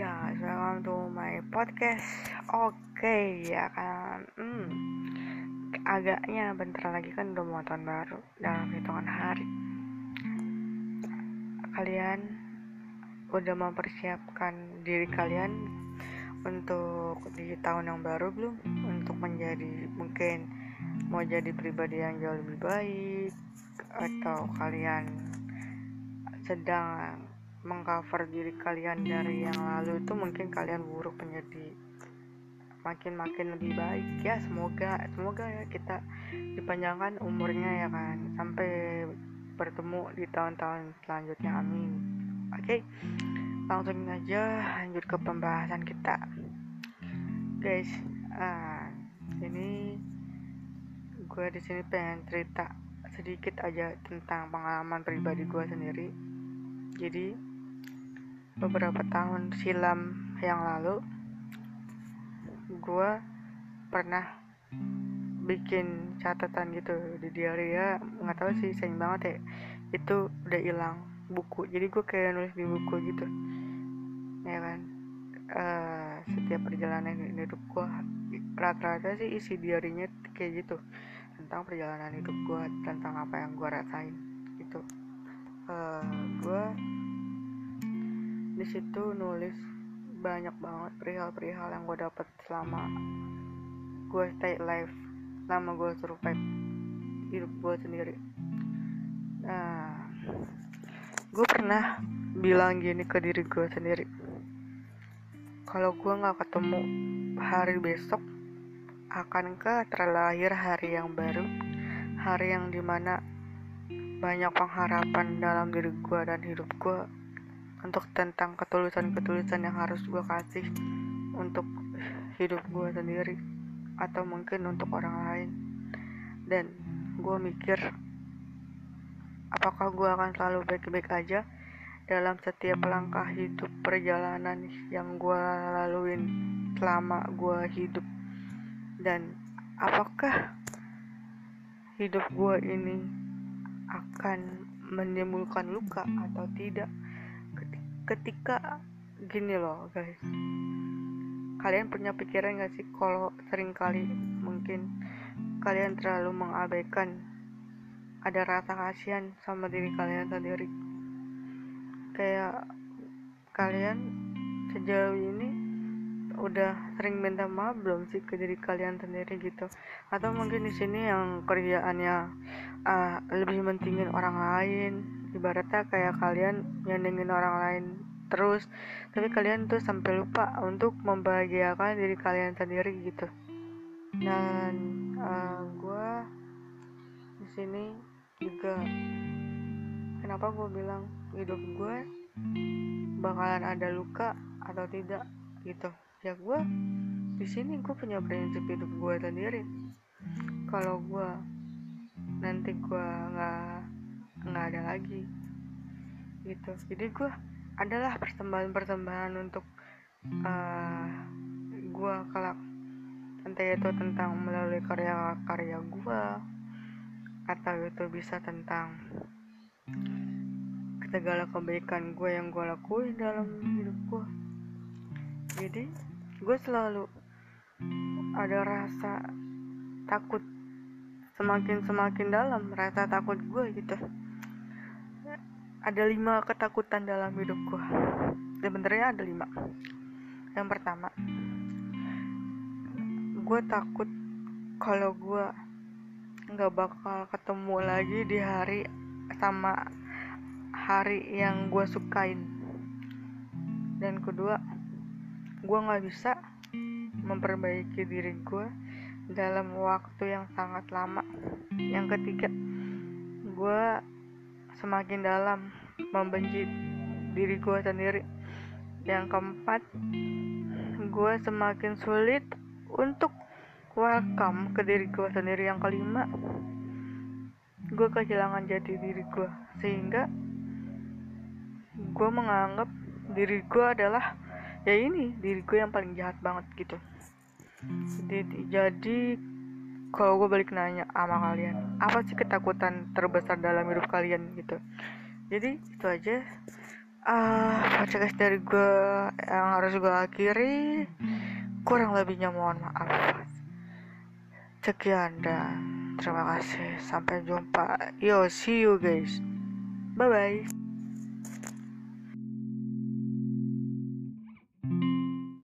guys, welcome to my podcast. Oke, ya kan. Agaknya bentar lagi kan udah mau tahun baru dalam hitungan hari. Kalian udah mempersiapkan diri kalian untuk di tahun yang baru belum? Untuk menjadi mungkin mau jadi pribadi yang jauh lebih baik, atau kalian sedang mengcover diri kalian dari yang lalu itu mungkin kalian buruk menjadi makin lebih baik ya. Semoga ya kita dipanjangkan umurnya ya kan, sampai bertemu di tahun-tahun selanjutnya, amin. Oke, langsung aja lanjut ke pembahasan kita guys. Ini gue di sini pengen cerita sedikit aja tentang pengalaman pribadi gue sendiri. Jadi beberapa tahun silam yang lalu gue pernah bikin catatan gitu di diary ya, nggak tahu sih, sayang banget ya itu udah hilang buku. Jadi gue kayak nulis di buku gitu ya kan. Setiap perjalanan hidup gue rata-rata sih isi diarinya kayak gitu, tentang perjalanan hidup gue, tentang apa yang gue rasain gitu. Gue di situ nulis banyak banget perihal-perihal yang gue dapat selama gue stay alive, selama gue survive hidup gue sendiri. Gue pernah bilang gini ke diri gue sendiri, kalau gue gak ketemu hari besok, akankah terlahir hari yang baru, hari yang dimana banyak pengharapan dalam diri gue dan hidup gue untuk tentang ketulusan yang harus gue kasih untuk hidup gue sendiri atau mungkin untuk orang lain. Dan gue mikir, apakah gue akan selalu baik-baik aja dalam setiap langkah hidup perjalanan yang gue laluin selama gue hidup, dan apakah hidup gue ini akan menimbulkan luka atau tidak ketika gini loh guys. Kalian punya pikiran gak sih kalau seringkali mungkin kalian terlalu mengabaikan ada rasa kasihan sama diri kalian sendiri? Kayak kalian sejauh ini udah sering minta maaf belum sih ke diri kalian sendiri gitu? Atau mungkin di sini yang kerjaannya lebih mentingin orang lain, ibaratnya kayak kalian nyenengin orang lain terus, tapi kalian tuh sampai lupa untuk membahagiakan diri kalian sendiri gitu. Dan gue di sini juga, kenapa gue bilang hidup gue bakalan ada luka atau tidak gitu ya. Gue di sini gue punya prinsip hidup gue sendiri. Kalau gue nanti gue nggak ada lagi gitu, jadi gue adalah persembahan untuk gue kelak, entah itu tentang melalui karya gue, atau itu bisa tentang segala kebaikan gue yang gue lakuin dalam hidup gue. Jadi gue selalu ada rasa takut, semakin dalam rasa takut gue gitu. Ada 5 ketakutan dalam hidup gue. Sebenarnya ada 5. Yang pertama, gue takut kalau gue gak bakal ketemu lagi di hari sama hari yang gue sukain. Dan kedua, gue gak bisa memperbaiki diri gue dalam waktu yang sangat lama. Yang ketiga, gue semakin dalam membenci diri gue sendiri. Yang keempat, gue semakin sulit untuk welcome ke diri gue sendiri. Yang kelima, gue kehilangan jati diri gue, sehingga gue menganggap diri gue adalah ya ini diri gue yang paling jahat banget gitu. Jadi kalau gue balik nanya sama kalian, apa sih ketakutan terbesar dalam hidup kalian gitu? Jadi itu aja podcast dari gue yang harus gue akhiri. Kurang lebihnya mohon maaf. Sekian dan terima kasih. Sampai jumpa. Yo, see you guys. Bye bye.